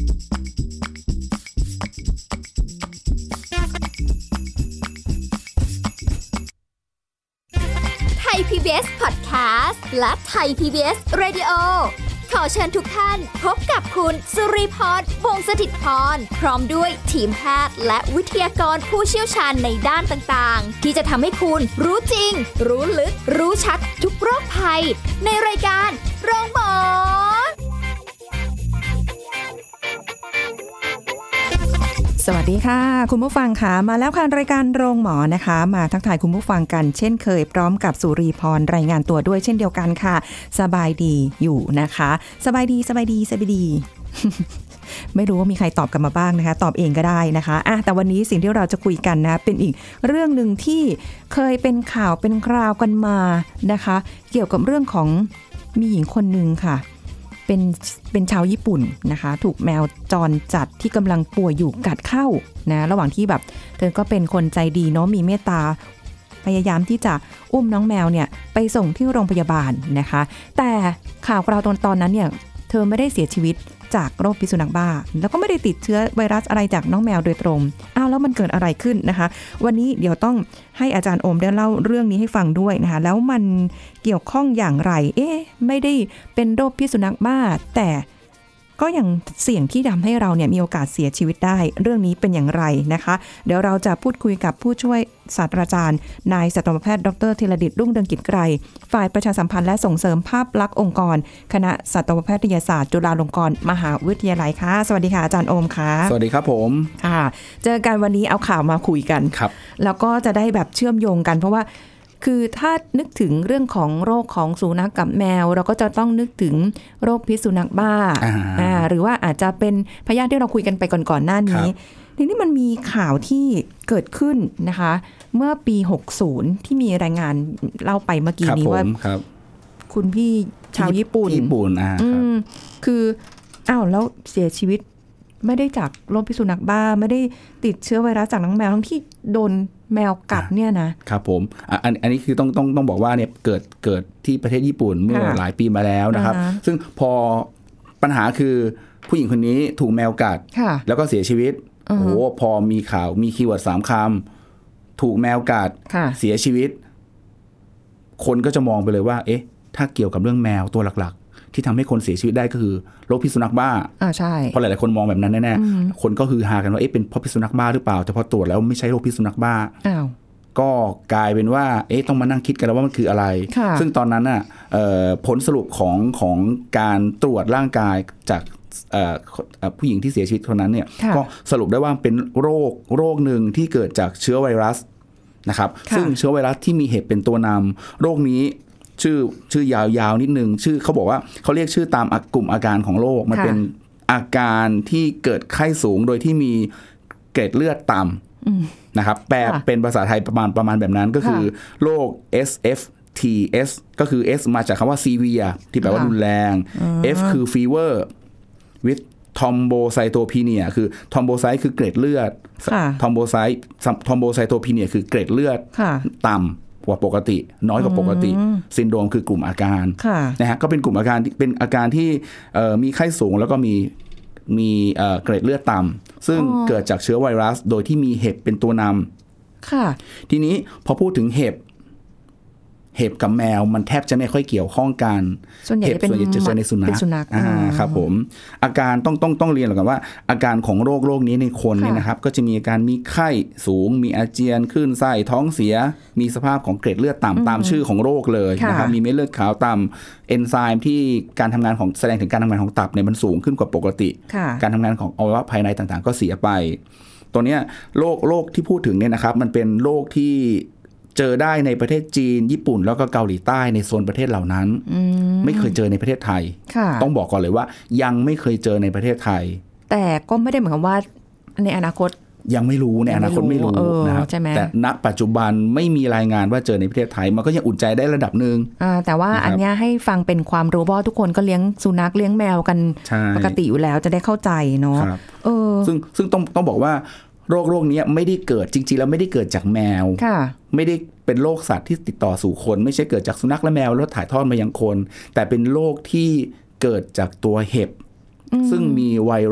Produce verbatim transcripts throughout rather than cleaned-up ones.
ไทย พี บี เอส Podcast และ Thai พี บี เอส Radio ขอเชิญทุกท่านพบกับคุณสุริพร วงศ์สถิตพรพร้อมด้วยทีมแพทย์และวิทยากรผู้เชี่ยวชาญในด้านต่างๆที่จะทำให้คุณรู้จริงรู้ลึกรู้ชัดทุกโรคภัยในรายการโรงหมอสวัสดีค่ะคุณผู้ฟังค่ะมาแล้วค่ะรายการโรงหมอนะคะมาทักทายคุณผู้ฟังกันเช่นเคยพร้อมกับสุรีพรรายงานตัวด้วยเช่นเดียวกันค่ะสบายดีอยู่นะคะสบายดีสบายดีสบายดี ไม่รู้ว่ามีใครตอบกันมาบ้างนะคะตอบเองก็ได้นะคะอ่ะแต่วันนี้สิ่งที่เราจะคุยกันนะเป็นอีกเรื่องนึงที่เคยเป็นข่าวเป็นคราวกันมานะคะเกี่ยวกับเรื่องของมีหญิงคนนึงค่ะเป็นเป็นชาวญี่ปุ่นนะคะถูกแมวจรจัดที่กำลังป่วยอยู่กัดเข้านะระหว่างที่แบบเธอก็เป็นคนใจดีเนาะมีเมตตาพยายามที่จะอุ้มน้องแมวเนี่ยไปส่งที่โรงพยาบาลนะคะแต่ข่าวคราวตอนตอนนั้นเนี่ยเธอไม่ได้เสียชีวิตจากโรคพิษสุนัขบ้าแล้วก็ไม่ได้ติดเชื้อไวรัสอะไรจากน้องแมวโดยตรงอ้าวแล้วมันเกิดอะไรขึ้นนะคะวันนี้เดี๋ยวต้องให้อาจารย์โอมได้เล่าเรื่องนี้ให้ฟังด้วยนะคะแล้วมันเกี่ยวข้องอย่างไรเอ๊ะไม่ได้เป็นโรคพิษสุนัขบ้าแต่ก็ยังเสี่ยงที่ทำให้เราเนี่ยมีโอกาสเสียชีวิตได้เรื่องนี้เป็นอย่างไรนะคะเดี๋ยวเราจะพูดคุยกับผู้ช่วยศาสตราจารย์นายสัตวแพทย์ดรธีรดิษฐ์รุ่งเรืองกิจไกรฝ่ายประชาสัมพันธ์และส่งเสริมภาพลักษณ์องค์กรคณะสัตวแพทยศาสตร์จุฬาลงกรณ์มหาวิทยาลัยค่ะสวัสดีค่ะอาจารย์โอมค่ะสวัสดีครับผมค่ะเจอกันวันนี้เอาข่าวมาคุยกันครับแล้วก็จะได้แบบเชื่อมโยงกันเพราะว่าคือถ้านึกถึงเรื่องของโรคของสุนัขกับแมวเราก็จะต้องนึกถึงโรคพิษสุนัขบ้าอ่าหรือว่าอาจจะเป็นพยาธิที่เราคุยกันไปก่อนๆหน้านี้ทีนี้มันมีข่าวที่เกิดขึ้นนะคะเมื่อปีหกสิบที่มีรายงานเล่าไปเมื่อกี้นี้ว่าคุณพี่ชาวญี่ปุ่นญี่ปุ่นอ่าคืออ้าวแล้วเสียชีวิตไม่ได้จากโรคพิษสุนัขบ้าไม่ได้ติดเชื้อไวรัสจากน้องแมวทั้งที่โดนแมวกัดเนี่ยนะครับผมอันอันนี้คือต้องต้องต้องบอกว่าเนี่ยเกิดเกิดที่ประเทศญี่ปุ่นเมื่อหลายปีมาแล้วนะครับซึ่งพอปัญหาคือผู้หญิงคนนี้ถูกแมวกัดแล้วก็เสียชีวิตโอ้โหพอมีข่าวมีคีย์เวิร์ดสามคำถูกแมวกัดเสียชีวิตคนก็จะมองไปเลยว่าเอ๊ะถ้าเกี่ยวกับเรื่องแมวตัวหลักๆที่ทำให้คนเสียชีวิตได้ก็คือโรคพิษสุนัขบ้าอ่าใช่เพราะหลายๆคนมองแบบนั้นแน่ๆคนก็คือหากันว่าเอ๊ะเป็นเพราะพิษสุนัขบ้าหรือเปล่าแต่พอตรวจแล้วไม่ใช่โรคพิษสุนัขบ้าอ้าวก็กลายเป็นว่าเอ๊ะต้องมานั่งคิดกันแล้วว่ามันคืออะไรซึ่งตอนนั้นน่ะผลสรุปของของการตรวจร่างกายจากผู้หญิงที่เสียชีวิตคนนั้นเนี่ยก็สรุปได้ว่าเป็นโรคโรคหนึ่งที่เกิดจากเชื้อไวรัสนะครับซึ่งเชื้อไวรัสที่มีเห็บเป็นตัวนำโรคนี้ชื่อชื่อยาวๆนิดนึงชื่อเขาบอกว่าเขาเรียกชื่อตามกลุ่มอาการของโรคมันเป็นอาการที่เกิดไข้สูงโดยที่มีเกล็ดเลือดต่ำนะครับแปลเป็นภาษาไทยประมาณประมาณแบบนั้นก็คือโรค เอส เอฟ ที เอส ก็คือ S มาจากคำว่า severe ที่แปลว่ารุนแรง F คือ fever with thrombocytopenia คือ thrombocyte คือเกล็ดเลือด thrombocyte thrombocytopenia คือเกล็ดเลือดต่ำกว่าปกติน้อยกว่าปกติซินโดรมคือกลุ่มอาการนะฮะก็เป็นกลุ่มอาการเป็นอาการที่มีไข้สูงแล้วก็มีมีเกล็ดเลือดต่ำซึ่งเกิดจากเชื้อไวรัสโดยที่มีเห็บเป็นตัวนำทีนี้พอพูดถึงเห็บเห็บกับแมวมันแทบจะไม่ค่อยเกี่ยวข้องกันเห็บส่วนใหญ่จะเจอในสุนัขอ่าครับผมอาการต้องต้องต้องเรียนก่อนว่าอาการของโรคโรคนี้ในคนเนี่ยนะครับก็จะมีอาการมีไข้สูงมีอาเจียนคลื่นไส้ท้องเสียมีสภาพของเกล็ดเลือดต่ำตามชื่อของโรคเลยนะครับมีเม็ดเลือดขาวต่ำเอนไซม์ที่การทำงานของแสดงถึงการทำงานของตับเนี่ยมันสูงขึ้นกว่าปกติการทำงานของอวัยวะภายในต่างๆก็เสียไปตัวเนี้ยโรคโรคที่พูดถึงเนี่ยนะครับมันเป็นโรคที่เจอได้ในประเทศจีนญี่ปุ่นแล้วก็เกาหลีใต้ในโซนประเทศเหล่านั้นไม่เคยเจอในประเทศไทยต้องบอกก่อนเลยว่ายังไม่เคยเจอในประเทศไทยแต่ก็ไม่ได้หมายความว่าในอนาคตยังไม่รู้ในอนาคตไม่รู้นะครับแต่ณปัจจุบันไม่มีรายงานว่าเจอในประเทศไทยมันก็ยังอุ่นใจได้ระดับนึงแต่ว่าอันนี้ให้ฟังเป็นความรู้เพราะทุกคนก็เลี้ยงสุนัขเลี้ยงแมวกันปกติอยู่แล้วจะได้เข้าใจเนาะซึ่งซึ่งต้องต้องบอกว่าโรคโรคนี้ไม่ได้เกิดจริงๆแล้วไม่ได้เกิดจากแมวไม่ได้เป็นโรคสัตว์ที่ติดต่อสู่คนไม่ใช่เกิดจากสุนัขและแมวแล้วถ่ายทอดมายังคนแต่เป็นโรคที่เกิดจากตัวเห็บซึ่งมีไวรัส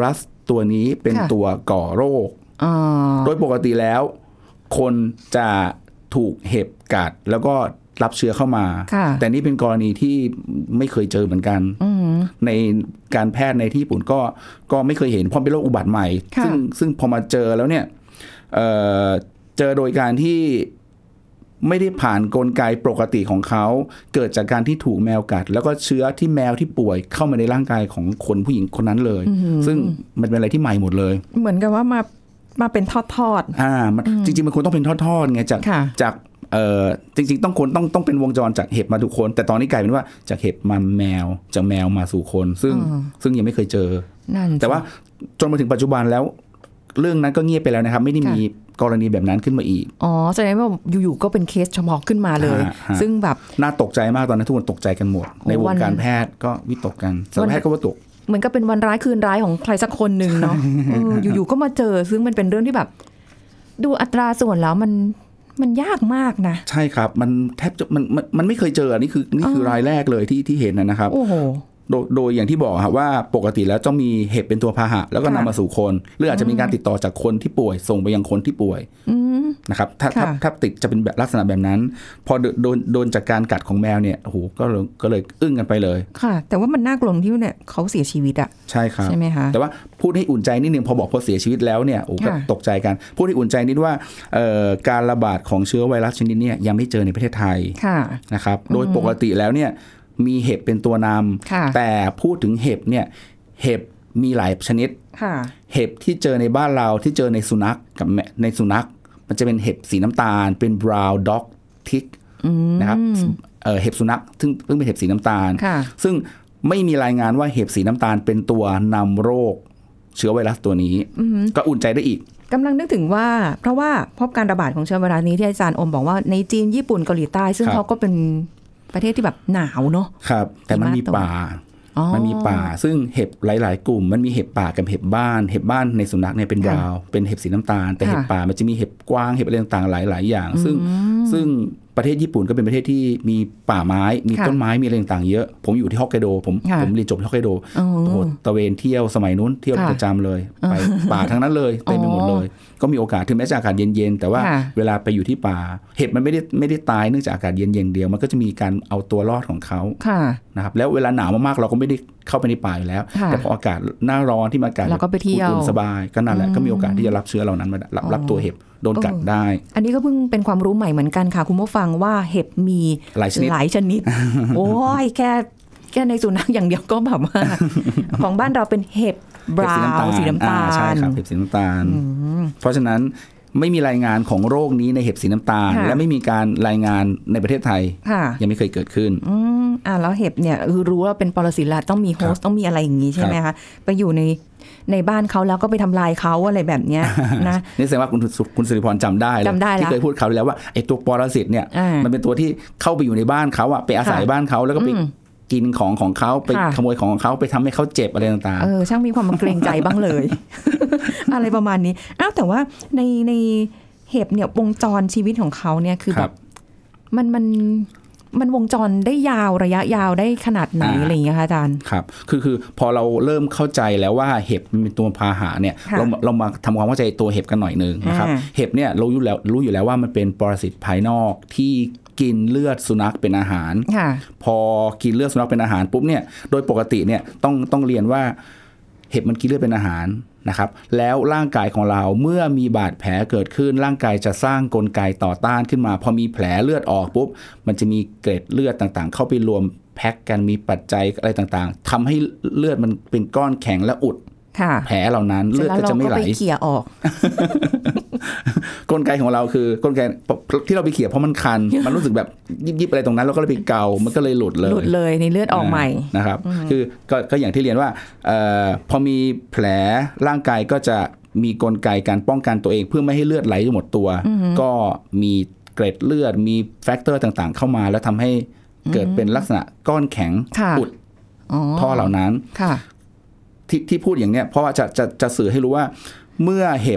ตัวนี้เป็นตัวก่อโรคโดยปกติแล้วคนจะถูกเห็บกัดแล้วก็รับเชื้อเข้ามาแต่นี่เป็นกรณีที่ไม่เคยเจอเหมือนกันในการแพทย์ในที่ญี่ปุ่นก็ก็ไม่เคยเห็นเพราะเป็นโรคอุบัติใหม่ซึ่งซึ่งพอมาเจอแล้วเนี่ย เอ่อ เจอโดยการที่ไม่ได้ผ่านกลไกปกติของเขาเกิดจากการที่ถูกแมวกัดแล้วก็เชื้อที่แมวที่ป่วยเข้ามาในร่างกายของคนผู้หญิงคนนั้นเลยซึ่งมันเป็นอะไรที่ใหม่หมดเลยเหมือนกับว่ามามาเป็นทอดทอดอ่าจริงๆมันควรต้องเป็นทอดๆไงจากจากเอ่อจริงๆต้องคนต้องต้องเป็นวงจรจากเห็บมาทุกคนแต่ตอนนี้กลายเป็นว่าจากเห็บมาแมวจากแมวมาสู่คนซึ่งซึ่งยังไม่เคยเจอแต่ว่าจนมาถึงปัจจุบันแล้วเรื่องนั้นก็เงียบไปแล้วนะครับไม่ได้มีกรณีแบบนั้นขึ้นมาอีกอ๋อแสดงว่าอยู่ๆก็เป็นเคสเฉพาะขึ้นมาเลยซึ่งแบบน่าตกใจมากตอนนั้นทุกคนตกใจกันหมดในวงการแพทย์ก็วิตกกันสัตวแพทย์ก็วิตกเหมือนกับเป็นวันร้ายคืนร้ายของใครสักคนหนึ่งเนาะ อยู่ๆก็มาเจอซึ่งมันเป็นเรื่องที่แบบดูอัตราส่วนแล้วมันมันยากมากนะใช่ครับมันแทบจะมันมันไม่เคยเจอนี่คือนี่คือรายแรกเลยที่ที่เห็นนะครับโอ้โหโดยโดยอย่างที่บอกครับว่าปกติแล้วต้องมีเห็บเป็นตัวพาหะแล้วก็นำมาสู่คนหรืออาจจะมีการติดต่อจากคนที่ป่วยส่งไปยังคนที่ป่วยนะครับถ้าถ้าถ้าติดจะเป็นแบบลักษณะแบบนั้นพอโดนโดนจากการกัดของแมวเนี่ยโอ้โหก็เลยก็เลยอึ้งกันไปเลยค่ะแต่ว่ามันน่ากลัวที่เนี่ยเขาเสียชีวิตอ่ะใช่ครับใช่ไหมคะแต่ว่าพูดให้อุ่นใจนิดนึงพอบอกพอเสียชีวิตแล้วเนี่ยโอ้ก็ตกใจกันพูดให้อุ่นใจนิดว่าการระบาดของเชื้อไวรัสชนิดนี้ยังไม่เจอในประเทศไทยนะครับโดยปกติแล้วเนี่ยมีเห็บเป็นตัวนำแต่พูดถึงเห็บเนี่ยเห็บมีหลายชนิดเห็บที่เจอในบ้านเราที่เจอในสุนัขกับในสุนัขมันจะเป็นเห็บสีน้ำตาลเป็น brown dog tick นะครับเเห็บสุนัขซึ่งซึ่งเป็นเห็บสีน้ำตาลซึ่งไม่มีรายงานว่าเห็บสีน้ำตาลเป็นตัวนำโรคเชื้อไวรัสตัวนี้ก็อุ่นใจได้อีกกำลังนึกถึงว่าเพราะว่าพบการระบาดของเชื้อไวรัสนี้ที่อาจารย์อมบอกว่าในจีนญี่ปุ่นเกาหลีใต้ซึ่งเขาก็เป็นประเทศที่แบบหนาวเนาะครับแต่มันมีป่ามันมีป่าซึ่งเห็บหลายๆกลุ่มมันมีเห็บป่ากับเห็บบ้านเห็บบ้านในสุนัขเนี่ยเป็นบราวน์เป็นเห็บสีน้ำตาลแต่เห็บป่ามันจะมีเห็บกวางเห็บอะไรต่างๆหลายๆอย่างซึ่งซึ่งประเทศญี่ปุ่นก็เป็นประเทศที่มีป่าไม้มีต้นไม้มีอะไรต่างๆเยอะผมอยู่ที่ฮอกไกโดผมผมเรียนจบที่ฮอกไกโดโอ้โหตะเวนเที่ยวสมัยนู้นเที่ยวประจำเลยไปป่าทั้งนั้นเลยเต็มไปหมดเลยก็มีโอกาสถึงแม้จะอากาศเย็นๆแต่ว่าเวลาไปอยู่ที่ป่าเห็บมันไม่ได้ไม่ได้ตายเนื่องจากอากาศเย็นอย่างเดียวมันก็จะมีการเอาตัวรอดของเขานะครับแล้วเวลาหนาวมากๆเราก็ไม่ได้เข้าไปในป่าอยู่แล้วแต่พออากาศหน้าร้อนที่อากาศอุ่นสบายก็นั่นแหละก็มีโอกาสที่จะรับเชื้อเหล่านั้นมารับรับตัวเห็บโดนกัดได้อันนี้ก็เพิ่งเป็นความรู้ใหม่เหมือนกันค่ะคุณผู้ฟังว่าเห็บมีหลายชนิดหลายชนิด โอ้ยแค่แค่ในสุนัขอย่างเดียวก็แบบว่า ของบ้านเราเป็นเห็บบราวน์สีน้ำตาลใช่ครับเห็บสีน้ำตาลเพราะฉะนั้นไม่มีรายงานของโรคนี้ในเห็บสีน้ำตาลและไม่มีการรายงานในประเทศไทยยังไม่เคยเกิดขึ้นอืมอ่าแล้วเห็บเนี่ยคือรู้ว่าเป็นปรสิตแล้วต้องมีโฮสต์ต้องมีอะไรอย่างนี้ใช่ไหมคะไปอยู่ในในบ้านเขาแล้วก็ไปทำลายเขาอะไรแบบนี้นะนี่แสดงว่าคุณคุณสิริพรจำได้เลยที่เคยพูดเขาแล้วว่าไอ้ตัวปรสิตเนี่ยมันเป็นตัวที่เข้าไปอยู่ในบ้านเขาอะไปอาศัยบ้านเขาแล้วก็ไปกินของของเขาไปขโมยของของเขาไปทำให้เขาเจ็บอะไรต่างๆเออช่างมีความเกรงใจบ้างเลย อะไรประมาณนี้อ้าวแต่ว่าในในเห็บเนี่ยวงจรชีวิตของเขาเนี่ยคือแบบมันมันมันวงจรได้ยาวระยะยาวได้ขนาดไหนอะไรอย่างเงี้ยคะอาจารย์ครับคือคือพอเราเริ่มเข้าใจแล้วว่าเห็บเป็นตัวพาหะเนี่ยเราเรามาทำความเข้าใจตัวเห็บกันหน่อยนึงนะครับเห็บเนี่ยเรารู้แล้วรู้อยู่แล้วว่ามันเป็นปรสิตภายนอกที่กินเลือดสุนัขเป็นอาหารพอกินเลือดสุนัขเป็นอาหารปุ๊บเนี่ยโดยปกติเนี่ยต้องต้องเรียนว่าเห็บมันกินเลือดเป็นอาหารนะครับแล้วร่างกายของเราเมื่อมีบาดแผลเกิดขึ้นร่างกายจะสร้างกลไกต่อต้านขึ้นมาพอมีแผลเลือดออกปุ๊บมันจะมีเกล็ดเลือดต่างๆเข้าไปรวมแพ็กกันมีปัจจัยอะไรต่างๆทำให้เลือดมันเป็นก้อนแข็งและอุดแผลเหล่านั้นเลือดก็จะไม่ไหลไปเขี่ยออกกลไกของเราคือกลไกที่เราไปเขี่ยเพราะมันคันมันรู้สึกแบบยิบๆอะไรตรงนั้นแล้วก็เลยไปเกามันก็เลยหลุดเลยหลุดเลยในเลือดออกใหม่นะครับคือก็ก็อย่างที่เรียนว่าเอ่อพอมีแผลร่างกายก็จะมีกลไกการป้องกันตัวเองเพื่อไม่ให้เลือดไหลหมดตัวก็มีเกล็ดเลือดมีแฟกเตอร์ต่างๆเข้ามาแล้วทำให้เกิดเป็นลักษณะก้อนแข็งอุดท่อเหล่านั้นที่ที่พูดอย่างเนี้ยเพราะว่าจะจะจะสื่อให้รู้ว่าเมื่อเห็บ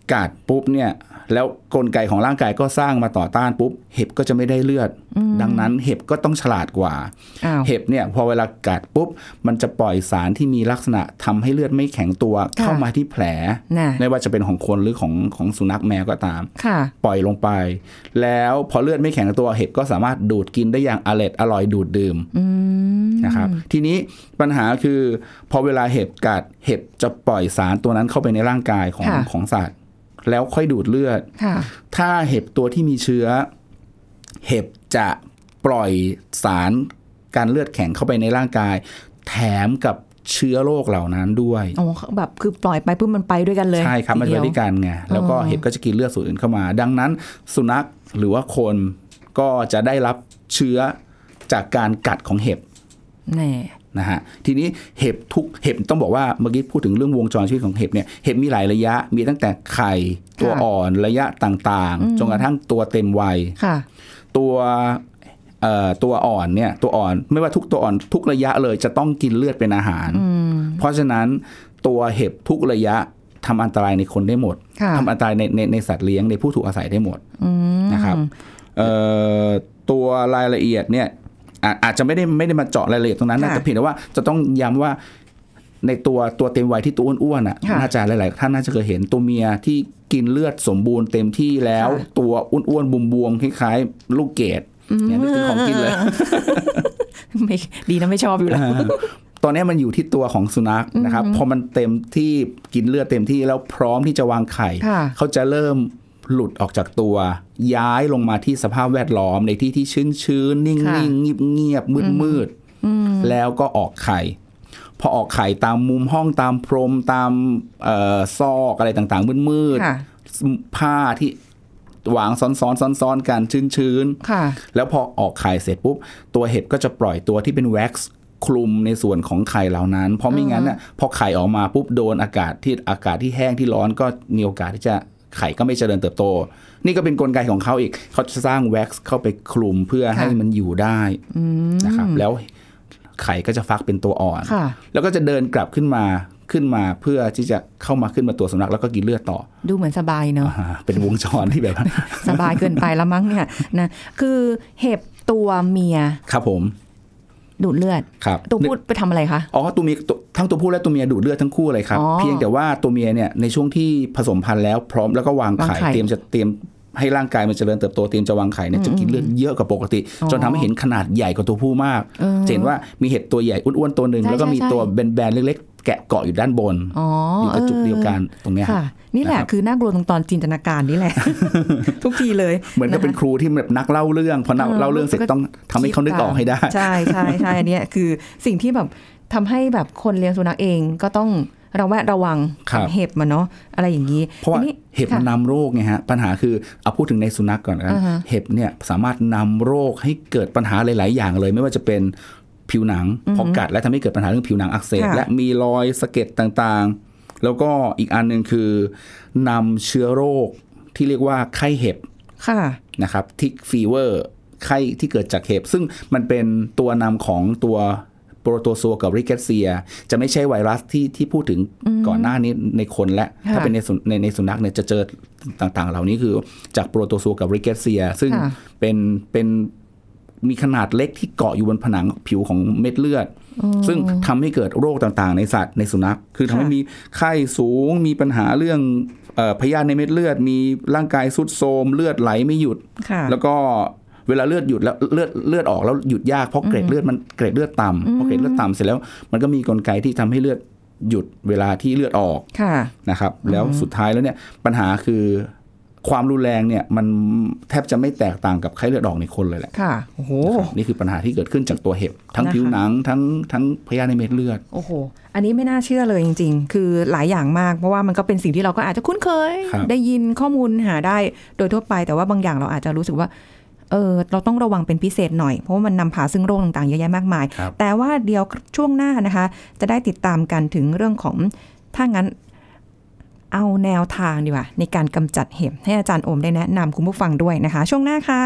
กัดปุ๊บเนี่ยแล้วกลไกของร่างกายก็สร้างมาต่อต้านปุ๊บเห็บก็จะไม่ได้เลือดดังนั้นเห็บก็ต้องฉลาดกว่าเห็บเนี่ยพอเวลากัดปุ๊บมันจะปล่อยสารที่มีลักษณะทำให้เลือดไม่แข็งตัวเข้ามาที่แผลไม่ว่าจะเป็นของคนหรือของของสุนัขแมวก็ตามปล่อยลงไปแล้วพอเลือดไม่แข็งตัวเห็บก็สามารถดูดกินได้อย่างอร่อยอร่อยดูดดื่มนะครับทีนี้ปัญหาคือพอเวลาเห็บกัดเห็บจะปล่อยสารตัวนั้นเข้าไปในร่างกายของของสัตว์แล้วค่อยดูดเลือดถ้าเห็บตัวที่มีเชื้อเห็บจะปล่อยสารการเลือดแข็งเข้าไปในร่างกายแถมกับเชื้อโรคเหล่านั้นด้วยอ๋อแบบคือปล่อยไปปุ๊บมันไปด้วยกันเลยใช่ครับมันไปด้วยกันไงแล้วก็เห็บก็จะกินเลือดส่วนอื่นเข้ามาดังนั้นสุนัขหรือว่าคนก็จะได้รับเชื้อจากการกัดของเห็บแน่นะฮะทีนี้เห็บทุกเห็บต้องบอกว่าเมื่อกี้พูดถึงเรื่องวงจรชีวิตของเห็บเนี่ยเห็บมีหลายระยะมีตั้งแต่ไข่ตัวอ่อนระยะต่างๆจนกระทั่งตัวเต็มวัยตัวเอ่อตัวอ่อนเนี่ยตัวอ่อนไม่ว่าทุกตัวอ่อนทุกระยะเลยจะต้องกินเลือดเป็นอาหารเพราะฉะนั้นตัวเห็บทุกระยะทำอันตรายในคนได้หมดทำอันตรายในในในสัตว์เลี้ยงในผู้ถูกอาศัยได้หมดนะครับเอ่อตัวรายละเอียดเนี่ยอาจจะไม่ได้ไม่ได้มาเจาะรายละเอียดตรงนั้นนะแต่เพียงแต่ว่าจะต้องย้ำว่าในตัวตัวเต็มวัยที่ตัวอ้วนๆอ่ะน่าจะหลายๆท่านน่าจะเคยเห็นตัวเมียที่กินเลือดสมบูรณ์เต็มที่แล้วตัวอ้วนๆบวมๆคล้ายๆลูกเกดเนี่ยนึกถึงของกินเลยไม่ดีนะไม่ชอบอยู่แล้วตอนนี้มันอยู่ที่ตัวของสุนัขนะครับพอมันเต็มที่กินเลือดเต็มที่แล้วพร้อมที่จะวางไข่เขาจะเริ่มหลุดออกจากตัวย้ายลงมาที่สภาพแวดล้อมในที่ที่ชื้นๆนิ่งๆเงียบๆมืดๆแล้วก็ออกไข่พอออกไข่ตามมุมห้องตามพรมตามเอ่อซอกอะไรต่างๆมืดๆผ้าที่วางซ้อนๆซ้อนๆกันชื้นๆแล้วพอออกไข่เสร็จปุ๊บตัวเห็บก็จะปล่อยตัวที่เป็นแว็กซ์คลุมในส่วนของไข่เหล่านั้นเพราะไม่งั้นน่ะพอไข่ออกมาปุ๊บโดนอากาศที่อากาศที่แห้งที่ร้อนก็มีโอกาสที่จะไข่ก็ไม่เจริญเติบโตนี่ก็เป็นกลไกของเขาอีกเขาจะสร้างแว็กซ์เข้าไปคลุมเพื่อให้มันอยู่ได้นะครับแล้วไข่ก็จะฟักเป็นตัวอ่อนแล้วก็จะเดินกลับขึ้นมาขึ้นมาเพื่อที่จะเข้ามาขึ้นมาตัวสุนัขแล้วก็กินเลือดต่อดูเหมือนสบายเนอะเป็นวงจรที่แบบสบายเกินไปแล้วมั้งเนี่ยนะคือเห็บตัวเมียครับผมดูดเลือดตัวผู้ไปทำอะไรคะอ๋อตัวเมียทั้งตัวผู้และตัวเมียดูดเลือดทั้งคู่เลยครับเพียงแต่ว่าตัวเมียเนี่ยในช่วงที่ผสมพันธุ์แล้วพร้อมแล้วก็วางไข่เตรียมจะเตรียมให้ร่างกายมันเจริญเติบโตเตรียมจะวางไข่เนี่ยจะกินเลือดเยอะกว่าปกติจนทำให้เห็นขนาดใหญ่กว่าตัวผู้มากเห็นว่ามีเห็ดตัวใหญ่อ้วนๆตัวหนึ่งแล้วก็มีตัวแบนๆเล็กๆแกะเกาะอยู่ด้านบนอยู่กระจุกเดียวกันตรงนี้นี่แหละคือน่ากลัวตรงตอนจินตนาการนี่แหละทุกทีเลยเหมือนกับเป็นครูที่แบบนักเล่าเรื่องพอเล่าเรื่องเสร็จต้องทำให้เขานึกออกให้ได้ใช่ใช่ใช่อันนี้คือสิ่งที่แบบทำให้แบบคนเลี้ยงสุนัขเองก็ต้องระแวดระวังเห็บมันเนาะอะไรอย่างนี้เพราะว่าเห็บมันนำโรคไงฮะปัญหาคือเอาพูดถึงในสุนัขก่อนกันเห็บเนี่ยสามารถนำโรคให้เกิดปัญหาหลายๆอย่างเลยไม่ว่าจะเป็นผิวหนังพอกัดและทำให้เกิดปัญหาเรื่องผิวหนังอักเสบและมีรอยสะเก็ดต่างๆแล้วก็อีกอันนึงคือนำเชื้อโรคที่เรียกว่าไข้เห็บนะครับทิกฟีเวอร์ไข้ที่เกิดจากเห็บซึ่งมันเป็นตัวนำของตัวโปรโตซัวกับริเกตเซียจะไม่ใช่ไวรัสที่ที่พูดถึงก่อนหน้านี้ในคนและถ้าเป็นในในในสุนัขเนี่ยจะเจอต่างๆเหล่านี้คือจากโปรโตซัวกับริเกตเซียซึ่งเป็นเป็นมีขนาดเล็กที่เกาะอยู่บนผนังผิวของเม็ดเลือดซึ่งทำให้เกิดโรคต่างๆในสัตว์ในสุนัขคือทำให้มีไข้สูงมีปัญหาเรื่องพยาธิในเม็ดเลือดมีร่างกายทรุดโทรมเลือดไหลไม่หยุดแล้วก็เวลาเลือดหยุดแล้วเลือดเลือดออกแล้วหยุดยากเพราะเกร็ดเลือดมันเกร็ดเลือดต่ำพอเกร็ดเลือดต่ำเสร็จแล้วมันก็มีกลไกที่ทำให้เลือดหยุดเวลาที่เลือดออกนะครับแล้วสุดท้ายแล้วเนี่ยปัญหาคือความรุนแรงเนี่ยมันแทบจะไม่แตกต่างกับไข้เลือดออกในคนเลยแหละค่ะโอ้โหนี่คือปัญหาที่เกิดขึ้นจากตัวเห็บทั้งผิวหนังทั้งทั้งพยาธิในเม็ดเลือดโอ้โหอันนี้ไม่น่าเชื่อเลยจริงๆคือหลายอย่างมากเพราะว่ามันก็เป็นสิ่งที่เราก็อาจจะคุ้นเคยได้ยินข้อมูลหาได้โดยทั่วไปแต่ว่าบางอย่างเราอาจจะรู้สึกว่าเออเราต้องระวังเป็นพิเศษหน่อยเพราะว่ามันนำพาซึ่งโรคต่างๆเยอะแยะมากมายแต่ว่าเดี๋ยวช่วงหน้านะคะจะได้ติดตามกันถึงเรื่องของถ้างั้นเอาแนวทางดีกว่าในการกำจัดเห็บให้อาจารย์โอมได้แนะนำคุณผู้ฟังด้วยนะคะช่วงหน้าค่ะ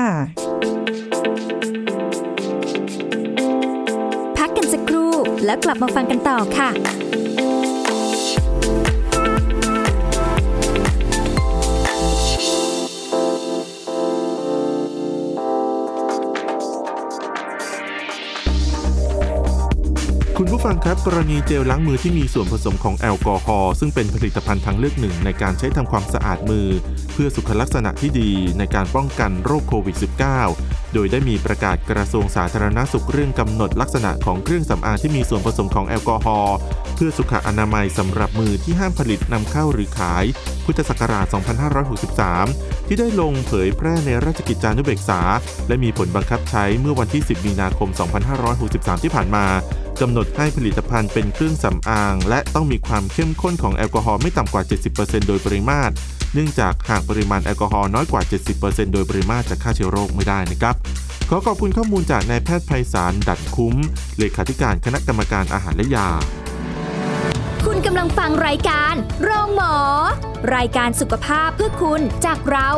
พักกันสักครู่แล้วกลับมาฟังกันต่อค่ะครับกรณีเจลล้างมือที่มีส่วนผสมของแอลกอฮอล์ซึ่งเป็นผลิตภัณฑ์ทางเลือกหนึ่งในการใช้ทำความสะอาดมือเพื่อสุขลักษณะที่ดีในการป้องกันโรคโควิด สิบเก้า โดยได้มีประกาศกระทรวงสาธารณสุขเรื่องกำหนดลักษณะของเครื่องสำอางที่มีส่วนผสมของแอลกอฮอล์เพื่อสุขอนามัยสำหรับมือที่ห้ามผลิตนำเข้าหรือขายพุทธศักราช สองพันห้าร้อยหกสิบสาม ที่ได้ลงเผยแพร่ในราชกิจจานุเบกษาและมีผลบังคับใช้เมื่อวันที่ สิบ มีนาคม สองพันห้าร้อยหกสิบสาม ที่ผ่านมากำหนดให้ผลิตภัณฑ์เป็นเครื่องสำอางและต้องมีความเข้มข้นของแอลกอฮอล์ไม่ต่ำกว่า เจ็ดสิบเปอร์เซ็นต์ โดยปริมาตรเนื่องจากหากปริมาณแอลกอฮอล์น้อยกว่า เจ็ดสิบเปอร์เซ็นต์ โดยปริมาตรจะฆ่าเชื้อโรคไม่ได้นะครับขอขอบคุณข้อมูลจากนายแพทย์ไพศาลดัดคุ้มเลขาธิการคณะกรรมการอาหารและยาคุณกำลังฟังรายการโรงหมอรายการสุขภาพเพื่อคุณจากเรา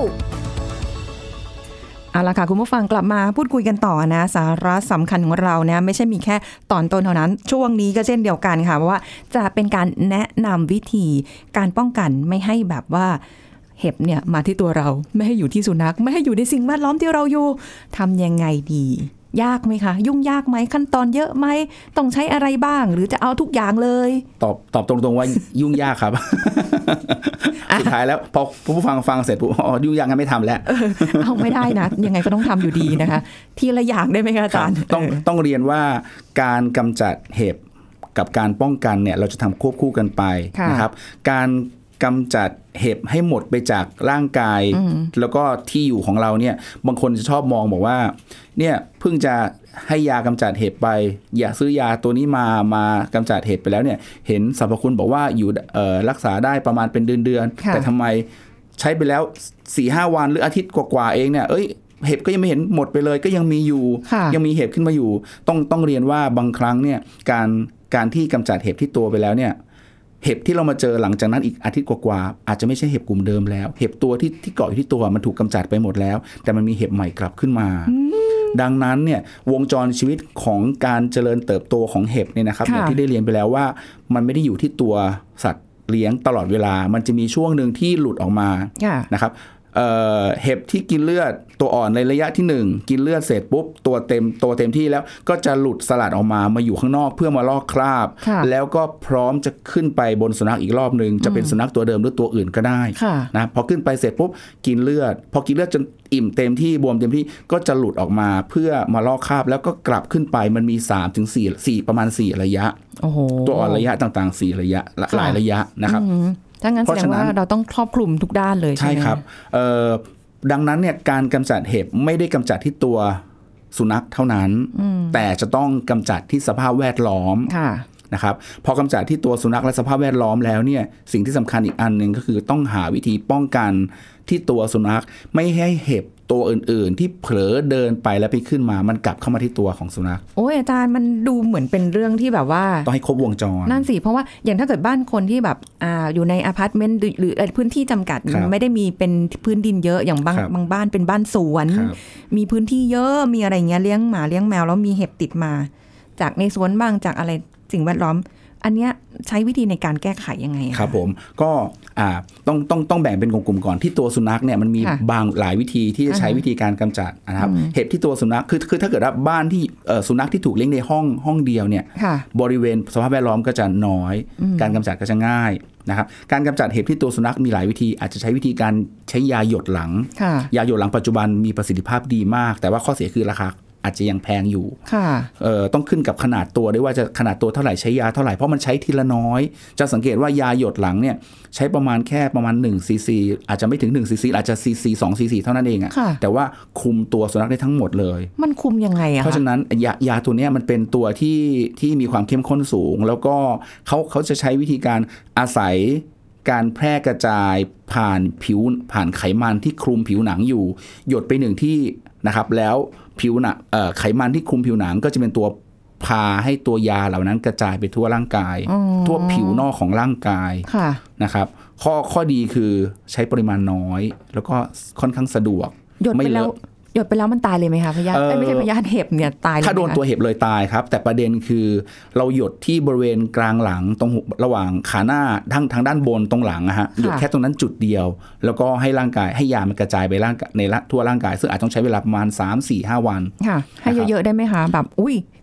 เอาล่ะค่ะคุณผู้ฟังกลับมาพูดคุยกันต่อนะสาระสำคัญของเรานะไม่ใช่มีแค่ตอนต้นเท่านั้นช่วงนี้ก็เช่นเดียวกันค่ะเพราะว่าจะเป็นการแนะนำวิธีการป้องกันไม่ให้แบบว่าเห็บเนี่ยมาที่ตัวเราไม่ให้อยู่ที่สุนัขไม่ให้อยู่ในสิ่งแวดล้อมที่เราอยู่ทำยังไงดียากไหมคะยุ่งยากไหมขั้นตอนเยอะไหมต้องใช้อะไรบ้างหรือจะเอาทุกอย่างเลยตอบตอบตรงๆว่ายุ่งยากครับ สุดท้ายแล้วพอผู้ฟังฟังเสร็จปุ๊บอ๋อยุ่งยากงั้นไม่ทำแล้วเอาไม่ได้นะยังไงก็ต้องทำอยู่ดีนะคะทีละอย่างได้ไหมคะอาจารย์ต้องต้องเรียนว่าการกำจัดเห็บกับการป้องกันเนี่ยเราจะทำควบคู่กันไปนะครับการกำจัดเห็บให้หมดไปจากร่างกายแล้วก็ที่อยู่ของเราเนี่ยบางคนจะชอบมองบอกว่าเนี่ยเพิ่งจะให้ยากำจัดเห็บไปอย่าซื้อยาตัวนี้มามากำจัดเห็บไปแล้วเนี่ยเห็นสรรพคุณบอกว่าอยู่เอ่อรักษาได้ประมาณเป็นเดือนๆแต่ทำไมใช้ไปแล้ว สี่ห้า วันหรืออาทิตย์กว่าๆเองเนี่ยเอ้ยเห็บก็ยังไม่เห็นหมดไปเลยก็ยังมีอยู่ยังมีเห็บขึ้นมาอยู่ต้องต้องเรียนว่าบางครั้งเนี่ยการการที่กำจัดเห็บที่ตัวไปแล้วเนี่ยเห็บที่เรามาเจอหลังจากนั้นอีกอาทิตย์กว่าๆอาจจะไม่ใช่เห็บกลุ่มเดิมแล้วเห็บตัวที่ที่เกาะอยู่ที่ตัวมันถูกกำจัดไปหมดแล้วแต่มันมีเห็บใหม่กลับขึ้นมาดังนั้นเนี่ยวงจรชีวิตของการเจริญเติบโตของเห็บเนี่ยนะครับอย่างที่ได้เรียนไปแล้วว่ามันไม่ได้อยู่ที่ตัวสัตว์เลี้ยงตลอดเวลามันจะมีช่วงนึงที่หลุดออกมานะครับเอ่อเห็บที่กินเลือดตัวอ่อนในระยะที่หนึ่งกินเลือดเสร็จปุ๊บตัวเต็มตัวเต็มที่แล้วก็จะหลุดสลัดออกมามาอยู่ข้างนอกเพื่อมาลอกคราบแล้วก็พร้อมจะขึ้นไปบนสุนัขอีกรอบนึงจะเป็นสุนัขตัวเดิมหรือตัวอื่นก็ได้นะพอขึ้นไปเสร็จปุ๊บกินเลือดพอกินเลือดจนอิ่มเต็มที่บวมเต็มที่ก็จะหลุดออกมาเพื่อมาลอกคราบแล้วก็กลับขึ้นไปมันมี สามถึงสี่ สี่ประมาณสี่ระยะตัวอ่อนระยะต่างๆสี่ระยะหลายระยะนะครับถ้างั้นแสดงว่าเราต้องครอบคลุมทุกด้านเลยใช่ไหมใช่ครับดังนั้นเนี่ยการกำจัดเห็บไม่ได้กำจัดที่ตัวสุนัขเท่านั้นแต่จะต้องกำจัดที่สภาพแวดล้อมนะครับพอกำจัดที่ตัวสุนัขและสภาพแวดล้อมแล้วเนี่ยสิ่งที่สำคัญอีกอันหนึ่งก็คือต้องหาวิธีป้องกันที่ตัวสุนัขไม่ให้เห็บตัวอื่นๆที่เผลอเดินไปแล้วไปขึ้นมามันกลับเข้ามาที่ตัวของสุนัขโอ้ยอาจารย์มันดูเหมือนเป็นเรื่องที่แบบว่าต้องให้ครบวงจรนั่นสิเพราะว่าอย่างถ้าเกิดบ้านคนที่แบบอ่าอยู่ในอพาร์ตเมนต์หรือพื้นที่จำกัดไม่ได้มีเป็นพื้นดินเยอะอย่างบางบางบ้านเป็นบ้านสวนมีพื้นที่เยอะมีอะไรเงี้ยเลี้ยงหมาเลี้ยงแมวแล้วมีเห็บติดมาจากในสวนบ้างจากอะไรสิ่งแวดล้อมอันเนี้ยใช้วิธีในการแก้ไขยังไงครับผมก็อ่าต้องต้องต้องแบ่งเป็นกลุ่มๆก่อนที่ตัวสุนัขเนี่ยมันมีบางหลายวิธีที่จะใช้วิธีการกำจัดนะครับเห็บที่ตัวสุนัขคือคือถ้าเกิดว่าบ้านที่สุนัขที่ถูกเลี้ยงในห้องห้องเดียวเนี่ยบริเวณสภาพแวดล้อมก็จะน้อยการกำจัดก็จะง่ายนะครับการกำจัดเห็บที่ตัวสุนัขมีหลายวิธีอาจจะใช้วิธีการใช้ยาหยดหลังยาหยดหลังปัจจุบันมีประสิทธิภาพดีมากแต่ว่าข้อเสียคือราคาอาจจะยังแพงอยู่เอ่อต้องขึ้นกับขนาดตัวด้วยว่าจะขนาดตัวเท่าไหร่ใช้ยาเท่าไหร่เพราะมันใช้ทีละน้อยจะสังเกตว่ายาหยดหลังเนี่ยใช้ประมาณแค่ประมาณหนึ่งซีซีอาจจะไม่ถึงหนึ่งซีซีอาจจะซีซีสองซีซีเท่านั้นเองอะแต่ว่าคุมตัวสุนัขได้ทั้งหมดเลยมันคุมยังไงอะเพราะฉะนั้นยายาตัวนี้มันเป็นตัวที่ที่มีความเข้มข้นสูงแล้วก็เขาเขาจะใช้วิธีการอาศัยการแพร่กระจายผ่านผิวผ่านไขมันที่คลุมผิวหนังอยู่หยดไปหนึ่งที่นะครับแล้วผิวหนังไขมันที่คลุมผิวหนังก็จะเป็นตัวพาให้ตัวยาเหล่านั้นกระจายไปทั่วร่างกายทั่วผิวนอกของร่างกายนะครับข้อข้อดีคือใช้ปริมาณน้อยแล้วก็ค่อนข้างสะดวกไม่เลอะหยดไปแล้วมันตายเลยไหมคะพยาธิไม่ใช่พยาธิเห็บเนี่ยตายเลยถ้าโดนตัวเห็บเลยตายครับแต่ประเด็นคือเราหยดที่บริเวณกลางหลังตรงระหว่างขาหน้าทั้งทางด้านบนตรงหลังอะฮะหยดแค่ตรงนั้นจุดเดียวแล้วก็ให้ร่างกายให้ยามันกระจายไปร่างในทั่วร่างกายซึ่งอาจต้องใช้เวลาประมาณ สาม สี่ ห้า วันค่ะให้เยอะๆได้ไหมคะแบบอุ้ย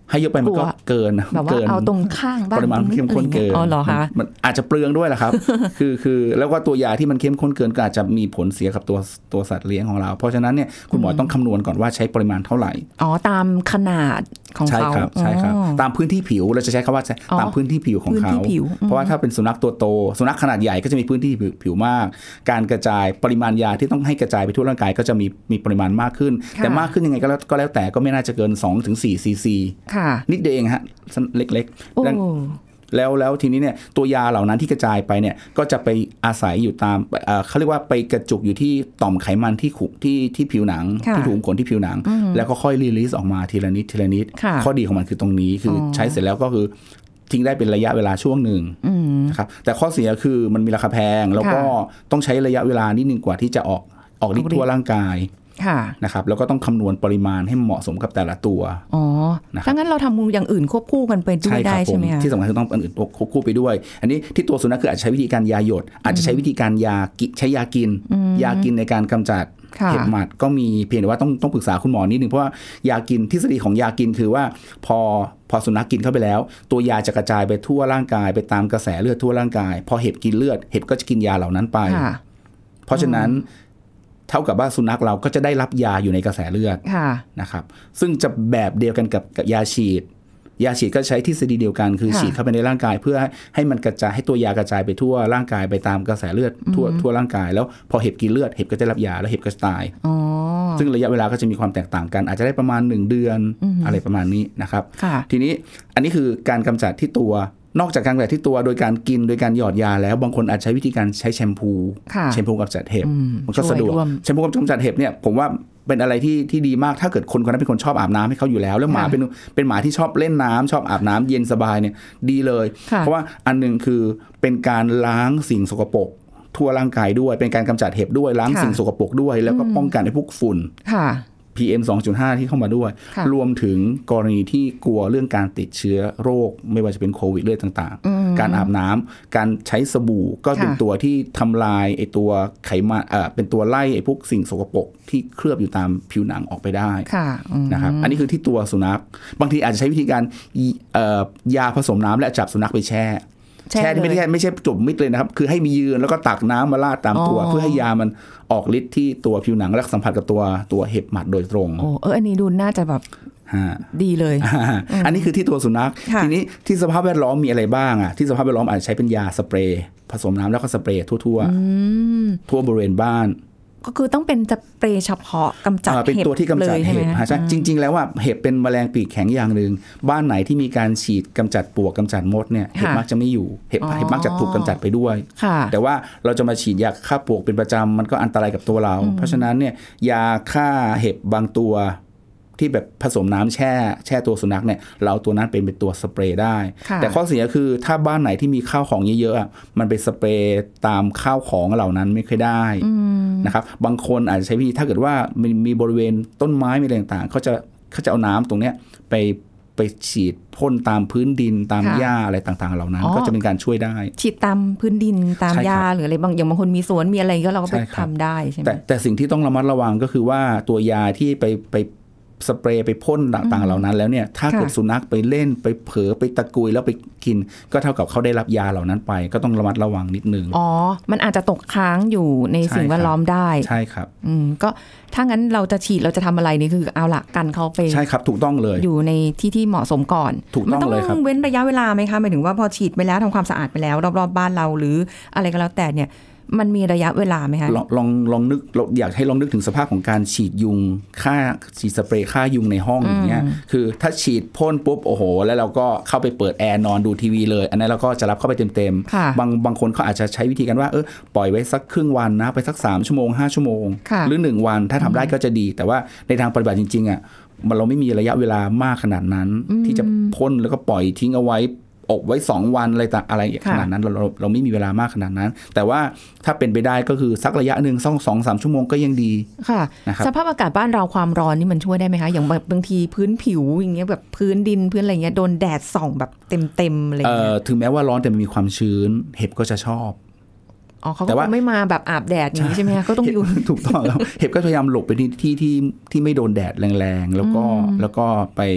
ให้เยอะไปมันก็เกินแบบว่าเอาตรงข้างบ้างปริมาณเข้มข้นเกินอ๋อเหรอคะมันอาจจะเปลืองด้วยแหละครับ คือคือแล้วก็ตัวยาที่มันเข้มข้นเกินก็อาจจะมีผลเสียกับตัวตัวสัตว์เลี้ยงของเราเพราะฉะนั้นเนี่ยคุณหมอต้องคำนวณก่อนว่าใช้ปริมาณเท่าไหร่อ๋อตามขนาดของเขาใช่ครับใช่ครับตามพื้นที่ผิวเราจะใช้คำว่าตามพื้นที่ผิวของเขาเพราะว่าถ้าเป็นสุนัขตัวโตสุนัขขนาดใหญ่ก็จะมีพื้นที่ผิวมากการกระจายปริมาณยาที่ต้องให้กระจายไปทั่วร่างกายก็จะมีมีปริมาณมากขึ้นแต่มากขึ้นยังไงก็แล้วก็แล้วแต่ก็ไม่น่าจะเกิน สองถึงสี่ ซีซีนิดเดียวเองฮะเล็กๆแล้วแล้วทีนี้เนี่ยตัวยาเหล่านั้นที่กระจายไปเนี่ยก็จะไปอาศัยอยู่ตามเขาเรียกว่าไปกระจุกอยู่ที่ต่อมไขมันที่ขุที่ที่ผิวหนังที่ถุงขนที่ผิวหนังแล้วก็ค่อยรีลีสออกมาทีละนิดทีละนิดข้อดีของมันคือตรงนี้คือใช้เสร็จแล้วก็คือทิ้งได้เป็นระยะเวลาช่วงหนึ่งนะครับแต่ข้อเสียคือมันมีราคาแพงแล้วก็ต้องใช้ระยะเวลานิดนึงกว่าที่จะออกออกฤทธิ์ทั่วร่างกายนะครับแล้วก็ต้องคำนวณปริมาณให้เหมาะสมกับแต่ละตัวอ๋อถ้างั้นเราทำอย่างอื่นควบคู่กันไปด้วยได้ใช่ไหมคะที่สำคัญคือต้องอันอื่นควบคู่ไปด้วยอันนี้ที่ตัวสุนัขคืออาจจะใช้วิธีการยาหยดอาจจะใช้วิธีการยาใช้ยากินยากินในการกำจัดเห็บหมัดก็มีเพียงแต่ว่าต้องต้องปรึกษาคุณหมอนิดนึงเพราะว่ายากินทฤษฎีของยากินคือว่าพอพอสุนัขกินเข้าไปแล้วตัวยาจะกระจายไปทั่วร่างกายไปตามกระแสเลือดทั่วร่างกายพอเห็บกินเลือดเห็บก็จะกินยาเหล่านั้นไปเพราะฉะนั้นเท่ากับว่าสุนัขเราก็จะได้รับยาอยู่ในกระแสเลือดนะครับซึ่งจะแบบเดียวกันกับยาฉีดยาฉีดก็ใช้ทฤษฎีเดียวกันคือฉีดเข้าไปในร่างกายเพื่อให้มันกระจายให้ตัวยากระจายไปทั่วร่างกายไปตามกระแสเลือดทั่วทั่วร่างกายแล้วพอเห็บกินเลือดเห็บก็จะรับยาแล้วเห็บก็จะตายซึ่งระยะเวลาก็จะมีความแตกต่างกันอาจจะได้ประมาณหนึ่งเดือนอะไรประมาณนี้นะครับทีนี้อันนี้คือการกำจัดที่ตัวนอกจากการกำจัดที่ตัวโดยการกินโดยการหยอดยาแล้วบางคนอาจใช้วิธีการใช้แชมพูแชมพูกำจัดเห็บมันก็สะดวกแชมพูกำจัดเห็บเนี่ยผมว่าเป็นอะไรที่ที่ดีมากถ้าเกิดคนคนนั้นเป็นคนชอบอาบน้ำให้เขาอยู่แล้วแล้วหมาเป็นเป็นหมาที่ชอบเล่นน้ำชอบอาบน้ำเย็นสบายเนี่ยดีเลยเพราะว่าอันนึงคือเป็นการล้างสิ่งสกปรกทั่วร่างกายด้วยเป็นการกำจัดเห็บด้วยล้างสิ่งสกปรกด้วยแล้วก็ป้องกันไอ้พวกฝุ่นพี เอ็ม สองจุดห้า ที่เข้ามาด้วยรวมถึงกรณีที่กลัวเรื่องการติดเชื้อโรคไม่ว่าจะเป็นโควิดเลือดต่างๆการอาบน้ำการใช้สบู่ก็เป็นตัวที่ทำลายไอ้ตัวไขมันเอ่อเป็นตัวไล่ไอ้พวกสิ่งสกปรกที่เคลือบอยู่ตามผิวหนังออกไปได้นะครับอันนี้คือที่ตัวสุนัขบางทีอาจจะใช้วิธีการยาผสมน้ำและจับสุนัขไปแช่แช่ไม่ใช่ไม่ใช่จุ่มมิดเลยนะครับคือให้มียืนแล้วก็ตักน้ำมาราดตามตัวเพื่อให้ยามันออกฤทธิ์ที่ตัวผิวหนังและสัมผัสกับตัวตัวเห็บหมัดโดยตรงโอ้เอออันนี้ดูน่าจะแบบดีเลยอันนี้คือที่ตัวสุนัขทีนี้ที่สภาพแวดล้อมมีอะไรบ้างอ่ะที่สภาพแวดล้อมอาจจะใช้เป็นยาสเปรย์ผสมน้ำแล้วก็สเปรย์ทั่วๆทั่วบริเวณบ้านก็คือต้องเป็นสเปรย์เฉพาะกำจัดเห็บเป็นตัวที่กำจัดเห็บใช่จริงๆแล้วว่าเห็บเป็นแมลงปีกแข็งอย่างหนึ่งบ้านไหนที่มีการฉีดกำจัดปลวกกำจัดมดเนี่ยเห็บมักจะไม่อยู่เห็บเห็บมักจะถูกกำจัดไปด้วยแต่ว่าเราจะมาฉีดยาฆ่าปลวกเป็นประจำมันก็อันตรายกับตัวเราเพราะฉะนั้นเนี่ยยาฆ่าเห็บบางตัวที่แบบผสมน้ำแช่แช่ตัวสุนัขเนี่ยเราตัวนั้นเป็นเป็นตัวสเปรย์ได้แต่ข้อเสียคือถ้าบ้านไหนที่มีข้าวของเยอะๆมันไปสเปรย์ตามข้าวของเหล่านั้นไม่ค่อยได้นะครับบางคนอาจจะใช้วิธีถ้าเกิดว่ามีมีบริเวณต้นไม้มีอะไรต่างๆเขาจะเขาจะเอาน้ำตรงเนี้ยไปไปฉีดพ่นตามพื้นดินตามหญ้าอะไรต่างๆเหล่านั้นก็จะเป็นการช่วยได้ฉีดตามพื้นดินตามหญ้าหรืออะไรบางอย่างบางคนมีสวนมีอะไรก็เราก็ไปทำได้ใช่ไหมแต่แต่สิ่งที่ต้องระมัดระวังก็คือว่าตัวยาที่ไปไปสเปรย์ไปพ่นต่างๆเหล่านั้นแล้วเนี่ยถ้าเกิดสุนัขไปเล่นไปเผลอไปตะกุยแล้วไปกินก็เท่ากับเขาได้รับยาเหล่านั้นไปก็ต้องระมัดระวังนิดนึงอ๋อมันอาจจะตกค้างอยู่ในสิ่งแวดล้อมได้ใช่ครับอืมก็ถ้างั้นเราจะฉีดเราจะทำอะไรนี่คือเอาละกันเขาไปใช่ครับถูกต้องเลยอยู่ในที่ที่เหมาะสมก่อนถูกต้องเลยครับมันต้องเว้นระยะเวลาไหมคะหมายถึงว่าพอฉีดไปแล้วทำความสะอาดไปแล้วรอบๆบ้านเราหรืออะไรก็แล้วแต่เนี่ยมันมีระยะเวลาไหมคะลองลองลองนึกอยากให้ลองนึกถึงสภาพของการฉีดยุงฆ่าฉีดสเปรย์ฆ่ายุงในห้องอย่างเงี้ยคือถ้าฉีดพ่นปุ๊บโอ้โหแล้วเราก็เข้าไปเปิดแอร์นอนดูทีวีเลยอันนั้นเราก็จะรับเข้าไปเต็มๆบางบางคนเขาอาจจะใช้วิธีกันว่าเออปล่อยไว้สักครึ่งวันนะไปสักสามชั่วโมงห้าชั่วโมงหรือหนึ่งวันถ้าทำได้ก็จะดีแต่ว่าในทางปฏิบัติจริงๆอ่ะมันเราไม่มีระยะเวลามากขนาดนั้นที่จะพ่นแล้วก็ปล่อยทิ้งเอาไว้อบไว้สองวันอะไรต่างอะไรขนาดนั้นเราเราเราไม่มีเวลามากขนาดนั้นแต่ว่าถ้าเป็นไปได้ก็คือสักระยะหนึ่งสองสองสามชั่วโมงก็ยังดีค่ะสภาพอากาศบ้านเราความร้อนนี่มันช่วยได้ไหมคะอย่างบางทีพื้นผิวอย่างเงี้ยแบบพื้นดินพื้นอะไรเงี้ยโดนแดดส่องแบบเต็มๆอะไรเงี้ยถึงแม้ว่าร้อนแต่มันมีความชื้นเห็บก็จะชอบอ๋อเขาก็ไม่มาแบบอาบแดดอย่างนี้ใช่ไหมคะก็ต้องอยู่ถูกต้องแล้วเห็บก็พยายามหลบไปที่ที่ที่ที่ไม่โดนแดดแรงๆแล้วก็แล้วก็ไป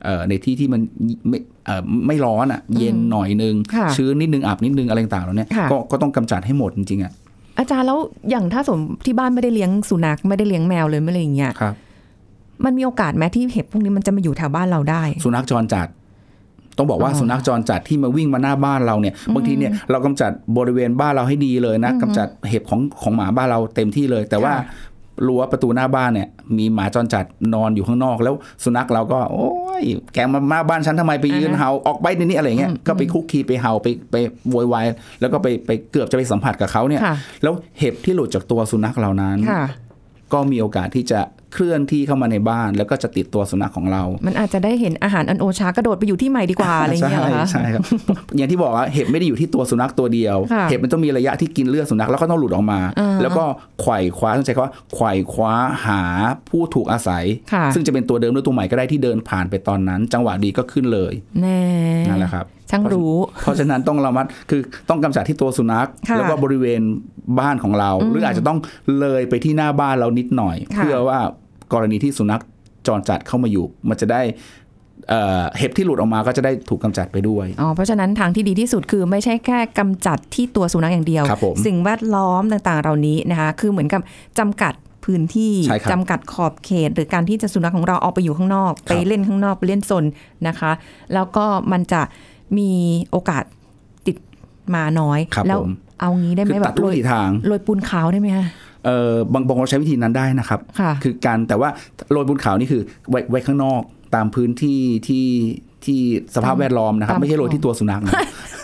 ในที่ที่มันไม่ไม่ร้อนอ่ะเย็นหน่อยนึงชื้นนิดนึงอับนิดนึงอะไรต่างๆแล้วเนี่ยก็ก็ต้องกำจัดให้หมดจริงๆอ่ะอาจารย์แล้วอย่างถ้าสมที่บ้านไม่ได้เลี้ยงสุนัขไม่ได้เลี้ยงแมวเลยไม่อะไรอย่างเงี้ยมันมีโอกาสไหมที่เห็บพวกนี้มันจะมาอยู่แถวบ้านเราได้สุนัขจรจัดต้องบอกว่าสุนัขจรจัดที่มาวิ่งมาหน้าบ้านเราเนี่ยบางทีเนี่ยเรากำจัดบริเวณบ้านเราให้ดีเลยนะกำจัดเห็บของของหมาบ้านเราเต็มที่เลยแต่ว่ารั้วประตูหน้าบ้านเนี่ยมีหมาจรจัดนอนอยู่ข้างนอกแล้วสุนัขเราก็โอ้ยแกมาหน้าบ้านฉันทำไมไปยืนเห่าออกไปในนี้อะไรเงี้ยก็ไปคุกคีไปเห่าไปไปโวยวายแล้วก็ไปไปเกือบจะไปสัมผัสกับเขาเนี่ยแล้วเห็บที่หลุดจากตัวสุนัขเหล่านั้นก็มีโอกาสที่จะเคลื่อนที่เข้ามาในบ้านแล้วก็จะติดตัวสุนัขของเรามันอาจจะได้เห็นอาหารอันโอชากระโดดไปอยู่ที่ใหม่ดีกว่าอะไรอย่างเงี้ยเหรอคะใช่ครับอย่างที่บอกว่าเห็บไม่ได้อยู่ที่ตัวสุนัขตัวเดียวเห็บมันต้องมีระยะที่กินเลือดสุนัขแล้วก็ต้องหลุดออกมาแล้วก็ไขว่คว้าต้องใช้คำว่าไขว่คว้าหาผู้ถูกอาศัยซึ่งจะเป็นตัวเดิมหรือตัวใหม่ก็ได้ที่เดินผ่านไปตอนนั้นจังหวะดีก็ขึ้นเลยแน่นั่นแหละครับช่างรู้เพราะฉะนั้นต้องระมัดคือต้องกำจัดที่ตัวสุนัขแล้วก็บริเวณบ้านของเราหรืออาจจะต้องเลยไปที่หน้าบ้านเรานิดหน่อยเพื่อว่ากรณีที่สุนัขจรจัดเข้ามาอยู่มันจะได้เอ่อเห็บที่หลุดออกมาก็จะได้ถูกกำจัดไปด้วยอ๋อเพราะฉะนั้นทางที่ดีที่สุดคือไม่ใช่แค่กำจัดที่ตัวสุนัขอย่างเดียวสิ่งแวดล้อมต่างๆเหล่านี้นะคะคือเหมือนกับจำกัดพื้นที่จำกัดขอบเขตหรือการที่จะสุนัขของเราออกไปอยู่ข้างนอกไปเล่นข้างนอกไปเล่นซนนะคะแล้วก็มันจะมีโอกาสติดมาน้อยแล้วเอางี้ได้ไหมแบบโรยโรยปูนขาวได้ไหมคะเออบางบางเราใช้วิธีนั้นได้นะครับคือการแต่ว่าโรยปูนขาวนี่คือไว้ไว้ข้างนอกตามพื้นที่ที่ที่สภาพแวดล้อมนะครับไม่ใช่โรยที่ตัวสุนัขนะ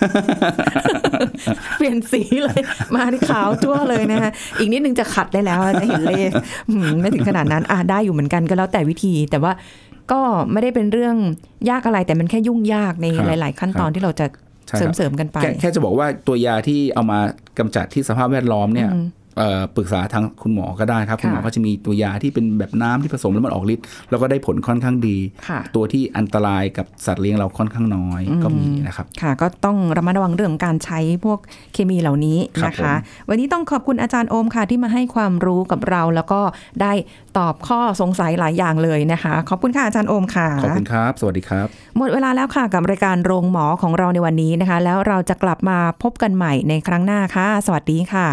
เปลี่ยนสีเลยมาที่ขาวจั่วเลยนะฮะอีกนิดนึงจะขัดได้แล้วจะเห็นเลขไม่ถึงขนาดนั้นอ่ะได้อยู่เหมือนกันก็แล้วแต่วิธีแต่ว่าก็ไม่ได้เป็นเรื่องยากอะไรแต่มันแค่ยุ่งยากในหลายๆขั้นตอนที่เราจะเสริมๆกันไปแค่จะบอกว่าตัวยาที่เอามากำจัดที่สภาพแวดล้อมเนี่ยปรึกษาทางคุณหมอก็ได้ครับคุณหมอก็จะมีตัวยาที่เป็นแบบน้ำที่ผสมแล้วมันออกฤทธิ์แล้วก็ได้ผลค่อนข้างดีตัวที่อันตรายกับสัตว์เลี้ยงเราค่อนข้างน้อยก็มีนะครับค่ะก็ต้องระมัดระวังเรื่องการใช้พวกเคมีเหล่านี้นะคะวันนี้ต้องขอบคุณอาจารย์โอมค่ะที่มาให้ความรู้กับเราแล้วก็ได้ตอบข้อสงสัยหลายอย่างเลยนะคะขอบคุณค่ะอาจารย์โอมค่ะขอบคุณครับสวัสดีครับหมดเวลาแล้วค่ะกับรายการโรงหมอของเราในวันนี้นะคะแล้วเราจะกลับมาพบกันใหม่ในครั้งหน้าค่ะสวัสดีค่ะ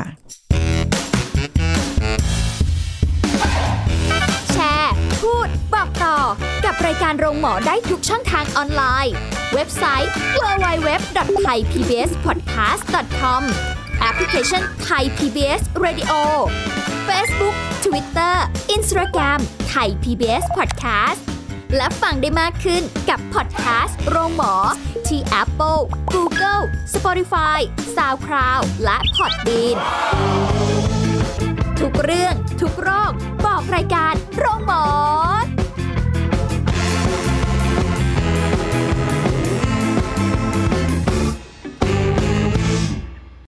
บอกต่อกับรายการโรงหมอได้ทุกช่องทางออนไลน์เว็บไซต์ ดับเบิลยู ดับเบิลยู ดับเบิลยู ดอท ไทย พี บี เอส พอดแคสต์ ดอท คอม แอปพลิเคชัน Thai พี บี เอส Radio Facebook Twitter Instagram Thai พี บี เอส Podcast และฟังได้มากขึ้นกับพอดแคสต์โรงหมอที่ Apple, Google, Spotify, SoundCloud และ Podbean ทุกเรื่องทุกโรคบอกรายการโรงหมอ